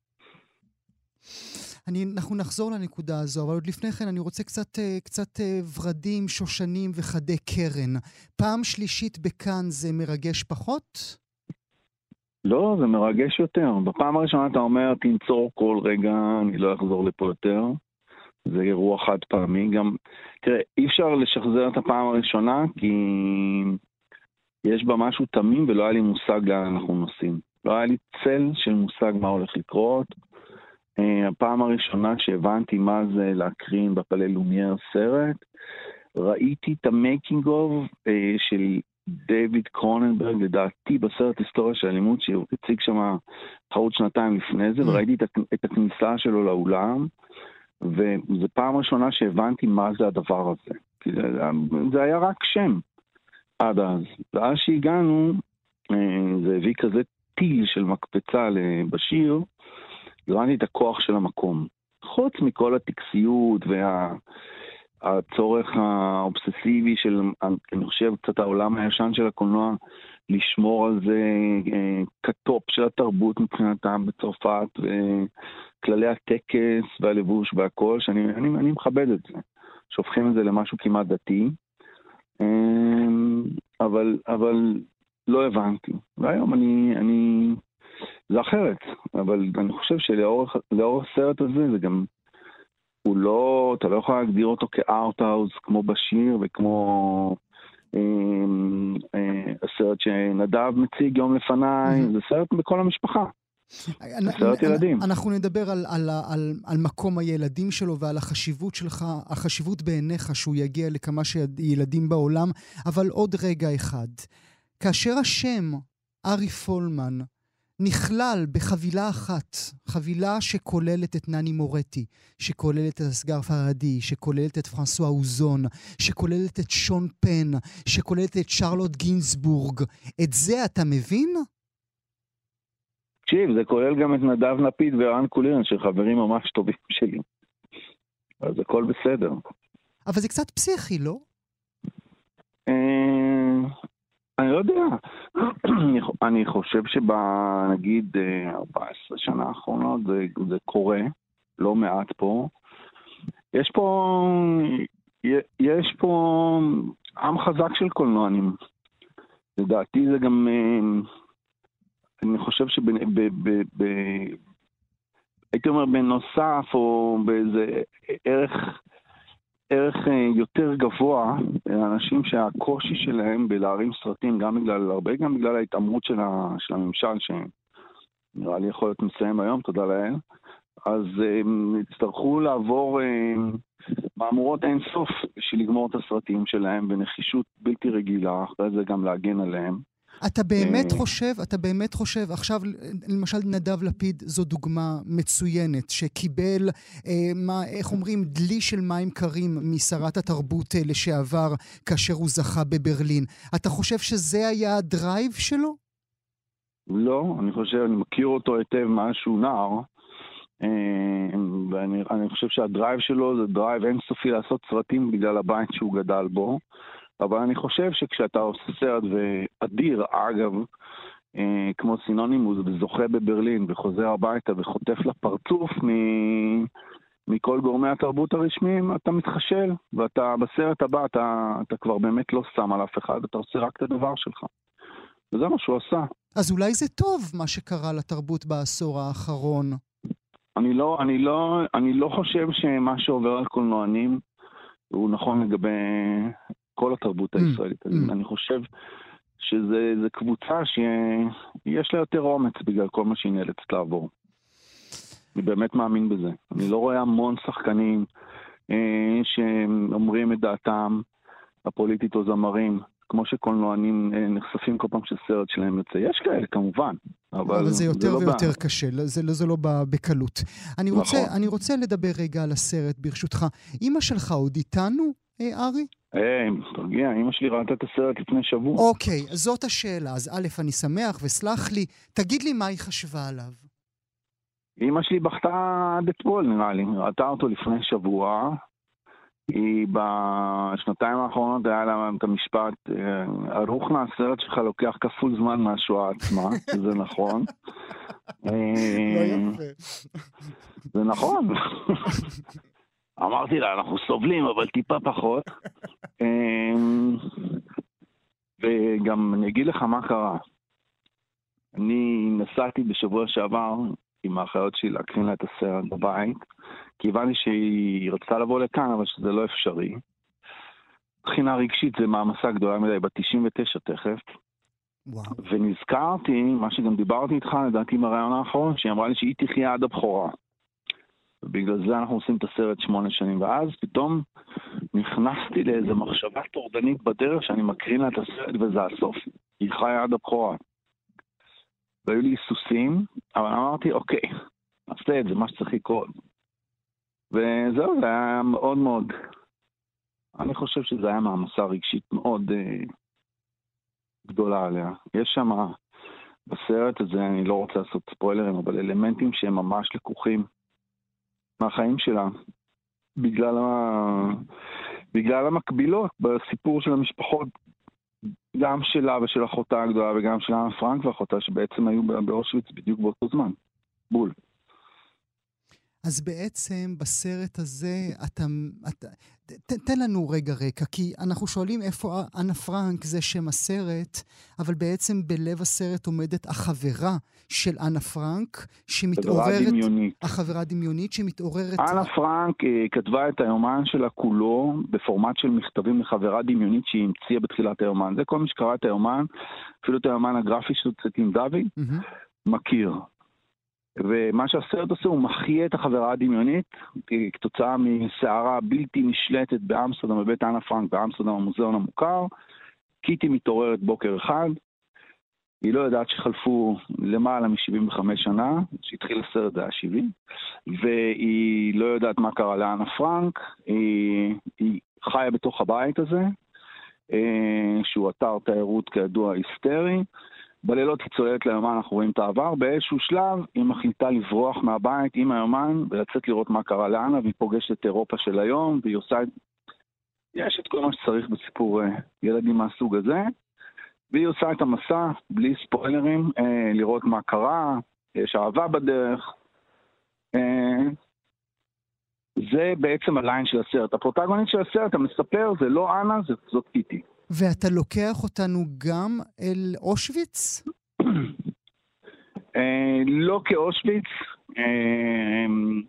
אני, אנחנו נחזור לנקודה הזו, אבל עוד לפני כן אני רוצה קצת, קצת ורדים, שושנים וחדי קרן. פעם שלישית בכאן זה מרגש פחות? לא, זה מרגש יותר. בפעם הראשונה אתה אומר, תנצור כל רגע, אני לא אחזור לפה יותר. זה אירוע חד פעמי. גם, תראה, אי אפשר לשחזר את הפעם הראשונה, כי יש בה משהו תמים ולא היה לי מושג לאן אנחנו נוסעים. לא היה לי צל של מושג מה הולך לקרות. הפעם הראשונה שהבנתי מה זה להקרין בפאלי לומייר סרט, ראיתי את המייקינג אוף של דיוויד קרוננברג, לדעתי בסרט היסטוריה של אלימות, שהוא הציג שם תחרות שנתיים לפני זה, וראיתי את הכניסה שלו לאולם, וזו פעם ראשונה שהבנתי מה זה הדבר הזה. זה היה רק שם עד אז. ואז שהגענו, זה הביא כזה טיל של מקפצה לבשיר, הבנתי את הכוח של המקום. חוץ מכל הטקסיות והצורך האובססיבי של, אני חושב, קצת העולם הישן של הקולנוע, לשמור על זה כטופ של התרבות מבחינתם בצרפת, וכללי הטקס והלבוש והכל, שאני אני, אני מכבד את זה. שופכים את זה למשהו כמעט דתי. אבל, אבל לא הבנתי. והיום אני... אני זה אחרת, אבל אני חושב שלאורך הסרט הזה זה גם, הוא לא, אתה לא יכול להגדיר אותו כארט-האוס כמו בשיר וכמו אה, אה, הסרט שנדב מציג יום לפניי, mm-hmm. זה סרט בכל המשפחה, זה סרט ילדים. אנחנו נדבר על, על, על, על מקום הילדים שלו ועל החשיבות שלך, החשיבות בעיניך שהוא יגיע לכמה ילדים בעולם, אבל עוד רגע אחד, כאשר השם ארי פולמן נכלל בחבילה אחת, חבילה שכוללת את נני מורטי, שכוללת את אסגר פרדי, שכוללת את פרנסואה אוזון, שכוללת את שון פן, שכוללת את שרלוט גינסבורג. את זה אתה מבין? תקשיב, זה כולל גם את נדב לפיד ורן קולירן, שחברים ממש טובים שלי. אז הכל בסדר. אבל זה קצת פסיכי, לא? אני לא יודע, אני חושב שבנגיד ארבע עשרה שנה האחרונות זה, זה קורה, לא מעט פה. יש פה, יש פה עם חזק של קולנוענים. לדעתי זה גם, אני חושב שב... ב, ב, ב, הייתי אומר בנוסף או באיזה ערך... ערך יותר גבוה, אנשים שהקושי שלהם בלהרים סרטים, גם בגלל, הרבה גם בגלל ההתאמרות של, ה, של הממשל, שנראה לי יכול להיות מסיים היום, תודה לאל, אז הם יצטרכו לעבור מאמורות אין סוף בשביל לגמור את הסרטים שלהם, בנחישות בלתי רגילה, אחרי זה גם להגן עליהם. אתה באמת חושב, אתה באמת חושב, עכשיו למשל נדב לפיד זו דוגמה מצוינת, שקיבל, אה, מה, איך אומרים, דלי של מים קרים משרת התרבות לשעבר, כאשר הוא זכה בברלין. אתה חושב שזה היה הדרייב שלו? לא, אני חושב, אני מכיר אותו היטב משהו נער, ואני אני חושב שהדרייב שלו זה דרייב אינסופי לעשות סרטים בגלל הבית שהוא גדל בו, אבל אני חושב שכשאתה עושה סרט ואדיר, אגב, כמו סינונימוס, וזוכה בברלין וחוזר הביתה וחוטף לפרצוף מ... מכל גורמי התרבות הרשמיים, אתה מתחשל, ואתה בסרט הבא אתה, אתה כבר באמת לא שם על אף אחד, אתה עושה רק את הדבר שלך. וזה מה שהוא עשה. אז אולי זה טוב מה שקרה לתרבות בעשור האחרון. אני לא, אני לא, אני לא חושב שמה שעובר על קולנוענים הוא נכון לגבי כל התרבות הישראלית. Mm. אני חושב שזה קבוצה שיש לה יותר אומץ בגלל כל מה שהיא נאלצת לעבור. אני באמת מאמין בזה. אני לא רואה המון שחקנים אה, שאומרים את דעתם הפוליטית או זמרים, כמו שקולנוענים אה, נחשפים כל פעם שסרט שלהם יוצא. יש כאלה כמובן, אבל, אבל זה יותר זה לא ויותר בא. קשה, זה, זה, זה לא בא בקלות. אני רוצה, נכון. אני רוצה לדבר רגע על הסרט ברשותך. אמא שלך עוד איתנו, אה, ארי? היי, תרגיע, אמא שלי ראתה את הסרט לפני שבוע. אוקיי, זאת השאלה. אז א', אני שמח וסלח לי. תגיד לי מה היא חשבה עליו. אמא שלי בכתה עד אתמול, נראה לי. ראתה אותו לפני שבוע. היא בשנתיים האחרונות היה לה את המשפט, הרוחנה, הסרט שלך לוקח כפול זמן מהשואה עצמה, זה נכון. לא יפה. זה נכון. אמרתי לה, אנחנו סובלים, אבל טיפה פחות. וגם אני אגיד לך מה קרה. אני נסעתי בשבוע שעבר עם האחיות שלי להקרין לה את הסרט בבית, כי הבנתי שהיא רצתה לבוא לכאן, אבל שזה לא אפשרי. בחינה רגשית זה מעמסה גדולה מדי, ב-תשעים ותשע תכף. וואו. ונזכרתי, מה שגם דיברתי איתך, לדעתי ברעיון האחרון, שהיא אמרה לי שהיא תחיה עד הבכורה. ובגלל זה אנחנו עושים את הסרט שמונה שנים, ואז פתאום נכנסתי לאיזו מחשבה טורדנית בדרך שאני מקרין לה את הסרט, וזה הסוף. היא חיה עד הבכורה. והיו לי סוסים, אבל אמרתי, אוקיי, נעשה את זה, מה שצריך לקרות. וזהו, זה היה מאוד מאוד, אני חושב שזה היה מעמסה רגשית מאוד אה, גדולה עליה. יש שם, בסרט הזה, אני לא רוצה לעשות ספוילרים, אבל אלמנטים שהם ממש לקוחים מהחיים שלה, בגלל, ה... בגלל המקבילות בסיפור של המשפחות, גם שלה ושל אחותה הגדולה, וגם של אנה פרנק ואחותה, שבעצם היו באושוויץ בדיוק באותו זמן. בול. אז בעצם בסרט הזה, אתה, אתה, ת, תן לנו רגע רקע, כי אנחנו שואלים איפה אנה פרנק זה שם הסרט, אבל בעצם בלב הסרט עומדת החברה של אנה פרנק, שמתעוררת... חברה דמיונית. החברה הדמיונית שמתעוררת... אנה פרנק כתבה את היומן שלה כולו, בפורמט של מכתבים לחברה דמיונית שהיא המציאה בתחילת היומן. זה כל מי שקרא את היומן, אפילו את היומן הגרפי שהוצאתי עם דוד, mm-hmm. מכיר. ומה שהסרט עושה, הוא מחיה את החברה הדמיונית, כתוצאה מסערה בלתי נשלטת באמסטרדם, בבית אנה פרנק, באמסטרדם המוזיאון המוכר. קיטי מתעוררת בוקר אחד, היא לא יודעת שחלפו למעלה מ-שבעים וחמש שנה, שהתחיל הסרט זה היה שבעים, והיא לא יודעת מה קרה לאנה פרנק, היא, היא חיה בתוך הבית הזה, שהוא אתר תיירות כידוע היסטרי, בלילות היא צוללת ליומן, אנחנו רואים את העבר, באיזשהו שלב היא מחליטה לברוח מהבית עם היומן ולצאת לראות מה קרה לאנה, והיא פוגשת את אירופה של היום, והיא עושה, יש את כל מה שצריך בסיפור ילדים מהסוג הזה, והיא עושה את המסע בלי ספוילרים, אה, לראות מה קרה, יש אהבה בדרך. אה, זה בעצם הליין של הסרט. הפרוטגונית של הסרט, המספר, זה לא אנה, זה, זאת קיטי. ואתה לוקח אותנו גם אל אושוויץ? אה, לא כאושוויץ. אה,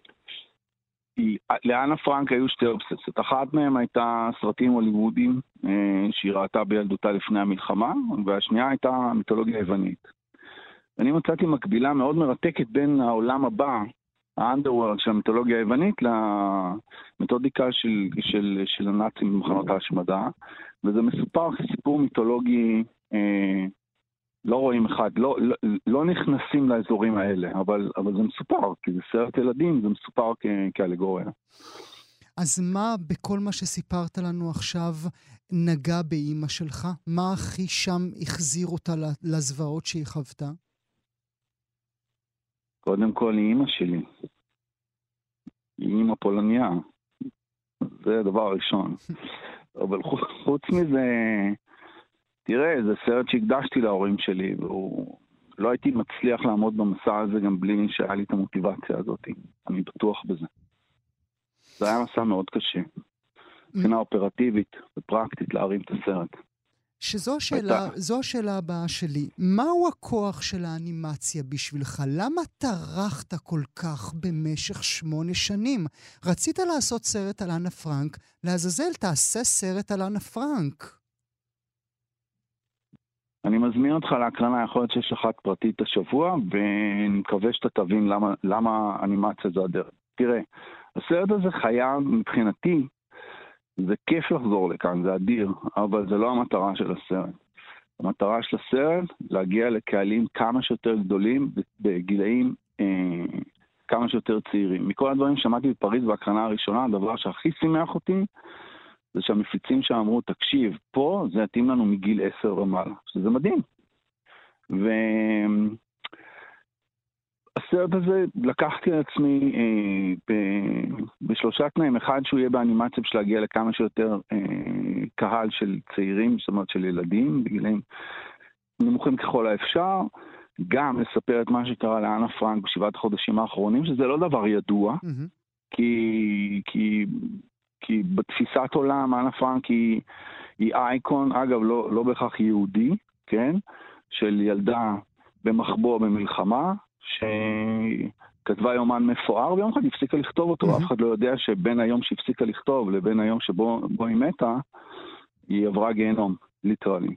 לאנה פרנק היו שתי אובססיות. אחת מהם הייתה סרטים הוליוודיים שהיא ראתה בילדותה לפני המלחמה, והשנייה הייתה המיתולוגיה היוונית. אני מצאתי מקבילה מאוד מרתקת בין העולם הבא, האנדרוורלד של המיתולוגיה היוונית, למתודיקה של, של, של הנאצים במחנות ההשמדה, וזה מסופר כסיפור מיתולוגי אה, לא רואים אחד, לא, לא, לא נכנסים לאזורים האלה, אבל, אבל זה מסופר, כי זה סרט ילדים, זה מסופר כ, כאלגוריה. אז מה בכל מה שסיפרת לנו עכשיו נגע באמא שלך? מה הכי שם החזיר אותה לזוועות שהיא חוותה? קודם כל היא אמא שלי. היא אמא פולניה. זה הדבר הראשון. אבל חוץ מזה, תראה, זה סרט שהקדשתי להורים שלי, והוא לא הייתי מצליח לעמוד במסע הזה גם בלי שהיה לי את המוטיבציה הזאת. אני בטוח בזה. זה היה מסע מאוד קשה. מבחינה אופרטיבית ופרקטית להרים את הסרט. שזו השאלה, זו השאלה הבאה שלי. מהו הכוח של האנימציה בשבילך? למה טרחת כל כך במשך שמונה שנים? רצית לעשות סרט על אנה פרנק, לעזאזל תעשה סרט על אנה פרנק. אני מזמין אותך להקרנה, יכול להיות שיש אחת פרטית השבוע, ואני מקווה שאתה תבין למה, למה אנימציה זה הדרך. תראה, הסרט הזה חייב מבחינתי, זה כיף לחזור לכאן, זה אדיר, אבל זה לא המטרה של הסרט. המטרה של הסרט, להגיע לקהלים כמה שיותר גדולים, בגילאים אה, כמה שיותר צעירים. מכל הדברים שמעתי בפריז בהקרנה הראשונה, הדבר שהכי שימח אותי, זה שהמפיצים שאמרו, תקשיב, פה זה יתאים לנו מגיל עשר ומעלה, שזה מדהים. ו... הסרט הזה לקחתי על עצמי אה, ב, בשלושה תנאים. אחד, שהוא יהיה באנימציה בשביל להגיע לכמה שיותר אה, קהל של צעירים, זאת אומרת של ילדים, בגילאים נמוכים ככל האפשר. גם לספר את מה שקרה לאנה פרנק בשבעת החודשים האחרונים, שזה לא דבר ידוע, mm-hmm. כי, כי, כי בתפיסת עולם, אנה פרנק היא, היא אייקון, אגב, לא, לא בהכרח יהודי, כן? של ילדה במחבוא במלחמה, שכתבה יומן מפואר, ויום אחד הפסיקה לכתוב אותו. Mm-hmm. אף אחד לא יודע שבין היום שהפסיקה לכתוב לבין היום שבו היא מתה, היא עברה גיהנום, ליטרלי.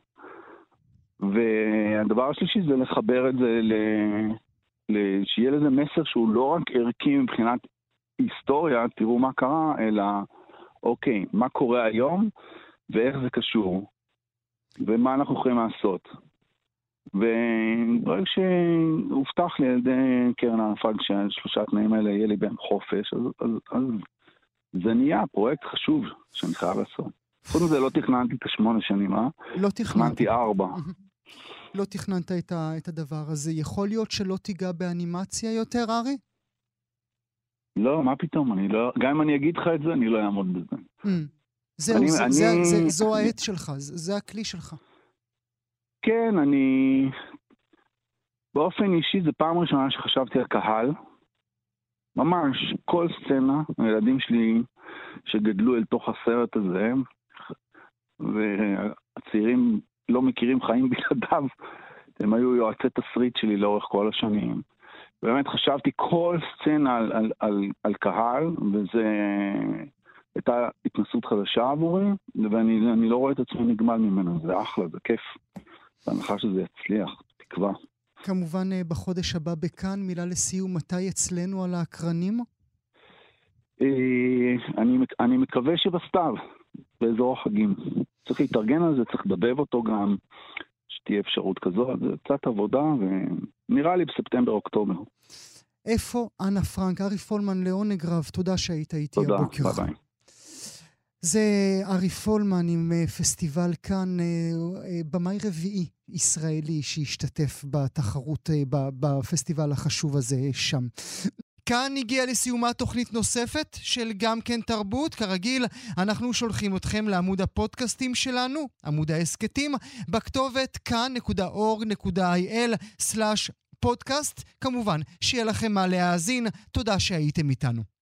והדבר השלישי זה לחבר את זה, ל... ל... שיהיה לזה מסר שהוא לא רק ערכי מבחינת היסטוריה, תראו מה קרה, אלא אוקיי, מה קורה היום, ואיך זה קשור, ומה אנחנו יכולים לעשות. וברגע שהובטח לי על ידי קרן אנה פרנק שהשלושה תנאים האלה יהיה לי בהם חופש, אז, אז, אז זה נהיה פרויקט חשוב שאני חייב לעשות. חוץ מזה לא תכננתי את השמונה שנים, אה? לא תכננתי ארבע. לא תכננת את, ה, את הדבר הזה. יכול להיות שלא תיגע באנימציה יותר, ארי? לא, מה פתאום? אני לא, גם אם אני אגיד לך את זה, אני לא אעמוד בזה. זהו, אני, זה, אני... זה, זה, זו העת שלך, זה, זה הכלי שלך. כן, אני... באופן אישי, זו פעם ראשונה שחשבתי על קהל. ממש, כל סצנה, הילדים שלי שגדלו אל תוך הסרט הזה, והצעירים לא מכירים חיים בלעדיו, הם היו יועצי תסריט שלי לאורך כל השנים. באמת חשבתי כל סצנה על, על, על, על קהל, וזה הייתה התנסות חדשה עבורי, ואני אני לא רואה את עצמי נגמל ממנו, זה אחלה, זה כיף. בהנחה שזה יצליח, תקווה. כמובן בחודש הבא בכאן, מילה לסיום, מתי אצלנו על האקרנים? אני, אני מקווה שבסתיו, באזור החגים. צריך להתארגן על זה, צריך לדבב אותו גם, שתהיה אפשרות כזו, זה קצת עבודה, ונראה לי בספטמבר-אוקטובר. איפה אנה פרנק? ארי פולמן, לעונג רב, תודה שהיית איתי הבוקר. תודה, ביי ביי. זה ארי פולמן עם פסטיבל כאן, במאי רביעי ישראלי שהשתתף בתחרות, בפסטיבל החשוב הזה שם. כאן הגיעה לסיומה תוכנית נוספת של גם כן תרבות. כרגיל, אנחנו שולחים אתכם לעמוד הפודקאסטים שלנו, עמוד העסקתים, בכתובת כאן נקודה אורג נקודה איי אל סלאש פודקאסט. כמובן, שיהיה לכם מה להאזין. תודה שהייתם איתנו.